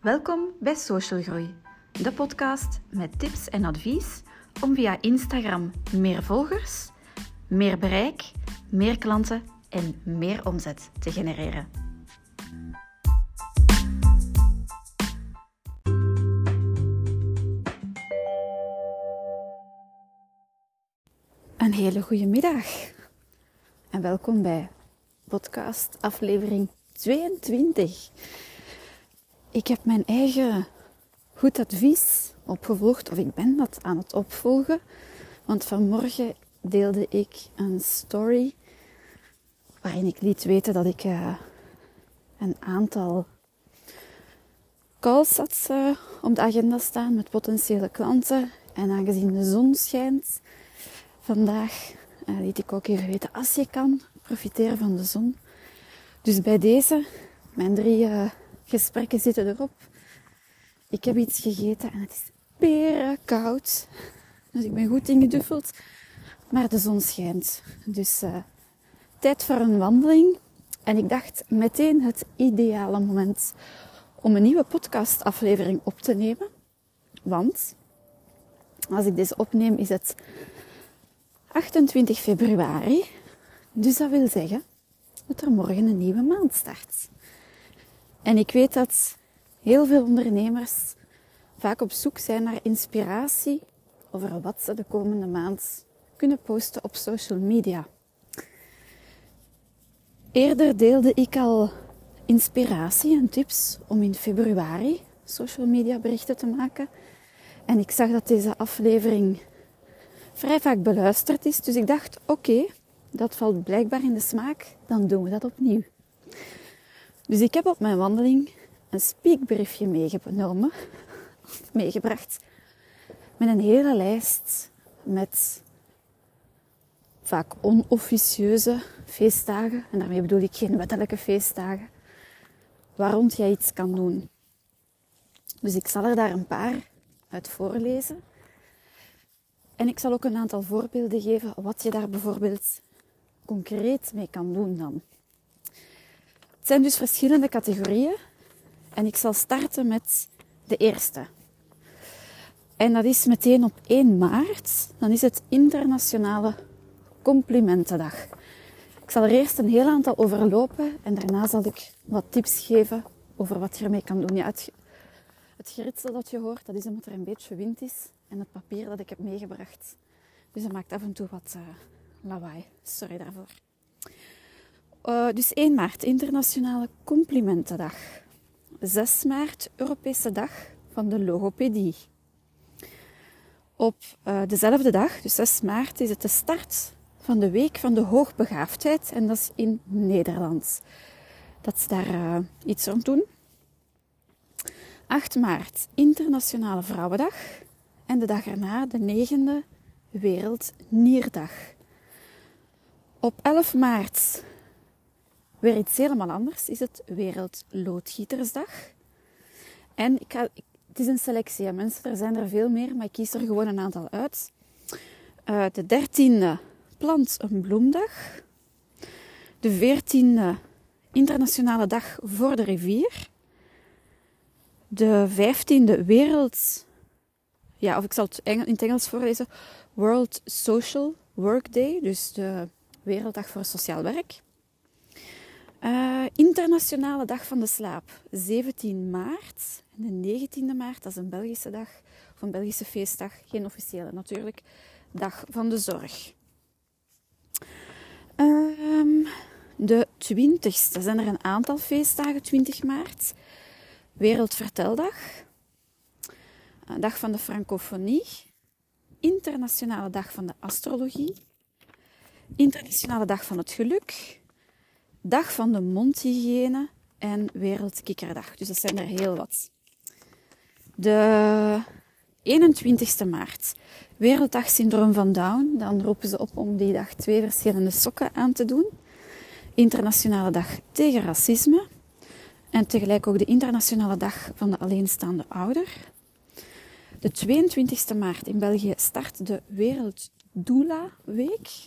Welkom bij Social Groei, de podcast met tips en advies om via Instagram meer volgers, meer bereik, meer klanten en meer omzet te genereren. Een hele goede middag en welkom bij podcast aflevering 22. Ik heb mijn eigen goed advies opgevolgd, of ik ben dat aan het opvolgen. Want vanmorgen deelde ik een story waarin ik liet weten dat ik een aantal calls had op de agenda staan met potentiële klanten. En aangezien de zon schijnt vandaag, liet ik ook even weten, als je kan, profiteer van de zon. Dus bij deze, mijn 3 gesprekken zitten erop. Ik heb iets gegeten en het is perenkoud. Dus ik ben goed ingeduffeld. Maar de zon schijnt. Dus tijd voor een wandeling. En ik dacht meteen het ideale moment om een nieuwe podcastaflevering op te nemen. Want als ik deze opneem is het 28 februari. Dus dat wil zeggen dat er morgen een nieuwe maand start. En ik weet dat heel veel ondernemers vaak op zoek zijn naar inspiratie over wat ze de komende maand kunnen posten op social media. Eerder deelde ik al inspiratie en tips om in februari social media berichten te maken. En ik zag dat deze aflevering vrij vaak beluisterd is. Dus ik dacht, oké, dat valt blijkbaar in de smaak, dan doen we dat opnieuw. Dus ik heb op mijn wandeling een speakbriefje meegebracht. Met een hele lijst met vaak onofficieuze feestdagen. En daarmee bedoel ik geen wettelijke feestdagen. Waar rond jij iets kan doen. Dus ik zal er daar een paar uit voorlezen. En ik zal ook een aantal voorbeelden geven wat je daar bijvoorbeeld concreet mee kan doen dan. Het zijn dus verschillende categorieën. En ik zal starten met de eerste. En dat is meteen op 1 maart. Dan is het Internationale Complimentendag. Ik zal er eerst een heel aantal overlopen. En daarna zal ik wat tips geven over wat je ermee kan doen. Ja, het geritsel dat je hoort, dat is omdat er een beetje wind is. En het papier dat ik heb meegebracht. Dus dat maakt af en toe wat lawaai. Sorry daarvoor. Dus 1 maart, Internationale Complimentendag. 6 maart, Europese Dag van de Logopedie. Op dezelfde dag, dus 6 maart, is het de start van de Week van de Hoogbegaafdheid. En dat is in Nederland. Dat ze daar iets rond doen. 8 maart, Internationale Vrouwendag. En de dag erna, de 9e, Wereldnierdag. Op 11 maart... weer iets helemaal anders is het Wereldloodgietersdag. En het is een selectie, hè, mensen. Er zijn er veel meer, maar ik kies er gewoon een aantal uit. De 13e Plant een Bloemdag. De 14e Internationale Dag voor de Rivier. De 15e of ik zal het in het Engels voorlezen. World Social Work Day, dus de Werelddag voor Sociaal Werk. Internationale Dag van de Slaap, 17 maart. En de 19e maart, dat is een Belgische dag, of een Belgische feestdag, geen officiële natuurlijk, Dag van de Zorg. De 20e zijn er een aantal feestdagen, 20 maart. Wereldverteldag, Dag van de Francofonie, Internationale Dag van de Astrologie, Internationale Dag van het Geluk, Dag van de Mondhygiëne en Wereldkikkerdag. Dus dat zijn er heel wat. De 21 maart, Werelddag Syndroom van Down. Dan roepen ze op om die dag 2 verschillende sokken aan te doen. Internationale Dag tegen Racisme. En tegelijk ook de Internationale Dag van de Alleenstaande Ouder. De 22 maart in België start de Werelddoula Week.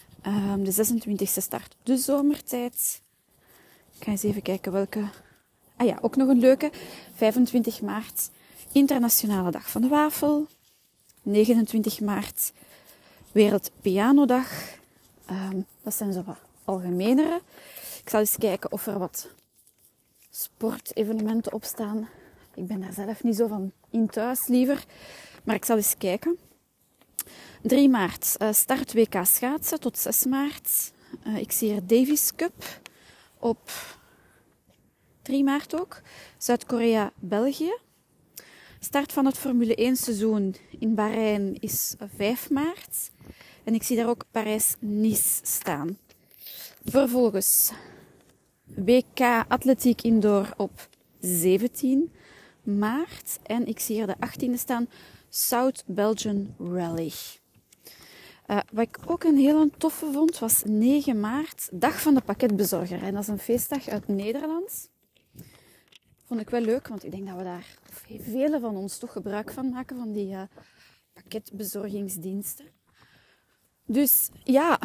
De 26e start de zomertijd. Ik ga eens even kijken welke Ah ja, ook nog een leuke. 25 maart, Internationale Dag van de Wafel. 29 maart, Wereldpianodag. Dat zijn zo wat algemenere. Ik zal eens kijken of er wat sportevenementen op staan. Ik ben daar zelf niet zo van in thuis liever. Maar ik zal eens kijken. 3 maart, start WK schaatsen tot 6 maart. Ik zie hier Davis Cup op 3 maart ook. Zuid-Korea, België. Start van het Formule 1 seizoen in Bahrein is 5 maart. En ik zie daar ook Parijs-Nice staan. Vervolgens WK Atletiek Indoor op 17 maart. En ik zie hier de 18e staan, South Belgian Rally. Wat ik ook een hele toffe vond, was 9 maart, Dag van de Pakketbezorger. En dat is een feestdag uit Nederland. Vond ik wel leuk, want ik denk dat we daar, velen van ons toch gebruik van maken, van die pakketbezorgingsdiensten. Dus ja,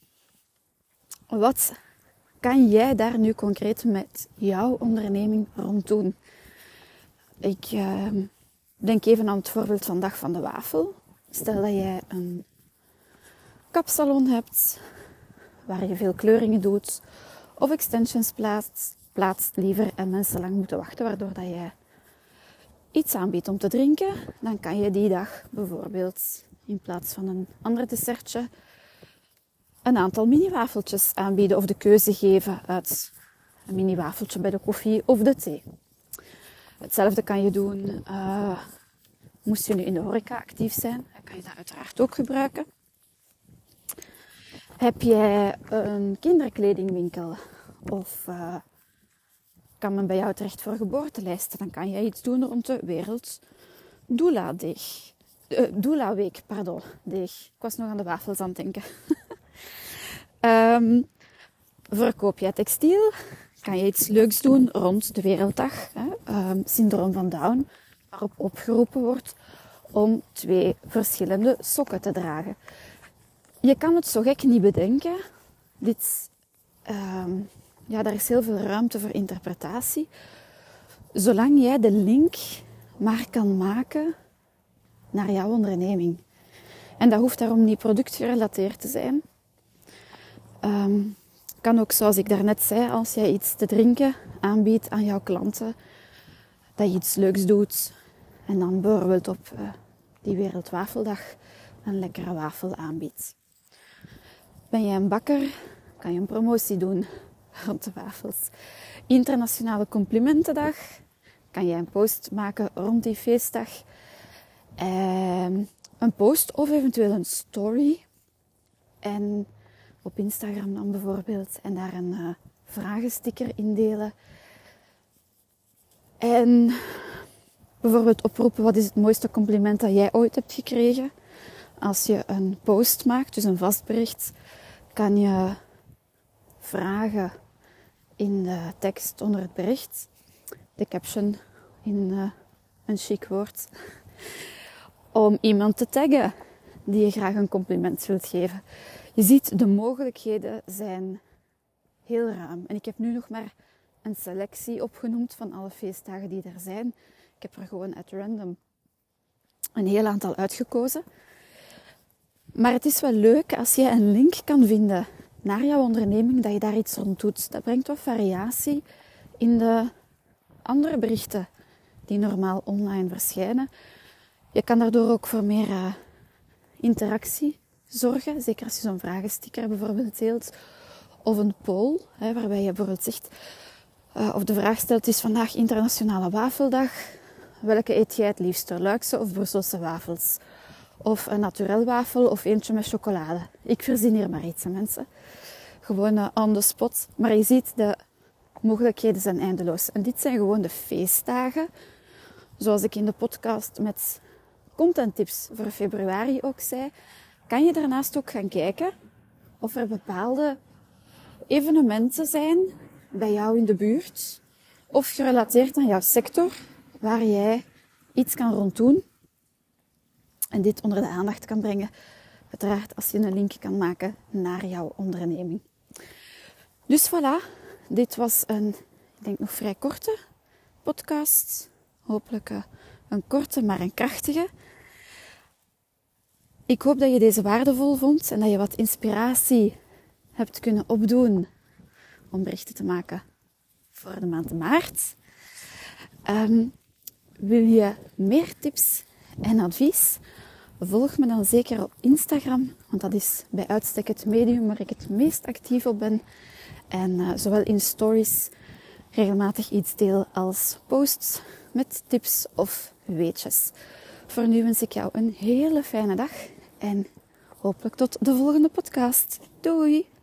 wat kan jij daar nu concreet met jouw onderneming rond doen? Ik denk even aan het voorbeeld van Dag van de Wafel. Stel dat jij een kapsalon hebt, waar je veel kleuringen doet, of extensions plaatst liever en mensen lang moeten wachten, waardoor dat jij iets aanbiedt om te drinken, dan kan je die dag bijvoorbeeld in plaats van een ander dessertje een aantal mini-wafeltjes aanbieden of de keuze geven uit een mini-wafeltje bij de koffie of de thee. Hetzelfde kan je doen, moest je nu in de horeca actief zijn, dan kan je dat uiteraard ook gebruiken. Heb jij een kinderkledingwinkel of kan men bij jou terecht voor geboortelijsten, dan kan jij iets doen rond de wereld Doula-week. Ik was nog aan de wafels aan het denken. Verkoop jij textiel, kan je iets leuks doen rond de Werelddag. Syndroom van Down, waarop opgeroepen wordt om 2 verschillende sokken te dragen. Je kan het zo gek niet bedenken. Daar is heel veel ruimte voor interpretatie. Zolang jij de link maar kan maken naar jouw onderneming. En dat hoeft daarom niet productgerelateerd te zijn. Kan ook, zoals ik daarnet zei, als jij iets te drinken aanbiedt aan jouw klanten, dat je iets leuks doet en dan bijvoorbeeld op die Wereldwafeldag een lekkere wafel aanbiedt. Ben jij een bakker, kan je een promotie doen rond de wafels. Internationale Complimentendag, kan jij een post maken rond die feestdag. Een post of eventueel een story. En op Instagram dan bijvoorbeeld. En daar een vragensticker indelen. En bijvoorbeeld oproepen, wat is het mooiste compliment dat jij ooit hebt gekregen? Als je een post maakt, dus een vastbericht, kan je vragen in de tekst onder het bericht. De caption in een chic woord. Om iemand te taggen die je graag een compliment wilt geven. Je ziet, de mogelijkheden zijn heel ruim. En ik heb nu nog maar een selectie opgenoemd van alle feestdagen die er zijn. Ik heb er gewoon at random een heel aantal uitgekozen. Maar het is wel leuk als je een link kan vinden naar jouw onderneming, dat je daar iets rond doet. Dat brengt wat variatie in de andere berichten die normaal online verschijnen. Je kan daardoor ook voor meer interactie zorgen. Zeker als je zo'n vragensticker bijvoorbeeld deelt. Of een poll, waarbij je bijvoorbeeld zegt, of de vraag stelt, is vandaag Internationale Wafeldag. Welke eet jij het liefst? Luikse of Brusselse wafels? Of een naturel wafel of eentje met chocolade. Ik verzin hier maar iets, mensen. Gewoon on the spot. Maar je ziet, de mogelijkheden zijn eindeloos. En dit zijn gewoon de feestdagen. Zoals ik in de podcast met contenttips voor februari ook zei. Kan je daarnaast ook gaan kijken of er bepaalde evenementen zijn bij jou in de buurt. Of gerelateerd aan jouw sector. Waar jij iets kan rond doen. En dit onder de aandacht kan brengen. Uiteraard als je een link kan maken naar jouw onderneming. Dus voilà, dit was een, ik denk nog vrij korte podcast. Hopelijk een korte, maar een krachtige. Ik hoop dat je deze waardevol vond en dat je wat inspiratie hebt kunnen opdoen om berichten te maken voor de maand maart. Wil je meer tips en advies? Volg me dan zeker op Instagram, want dat is bij uitstek het medium waar ik het meest actief op ben. En zowel in stories regelmatig iets deel als posts met tips of weetjes. Voor nu wens ik jou een hele fijne dag en hopelijk tot de volgende podcast. Doei!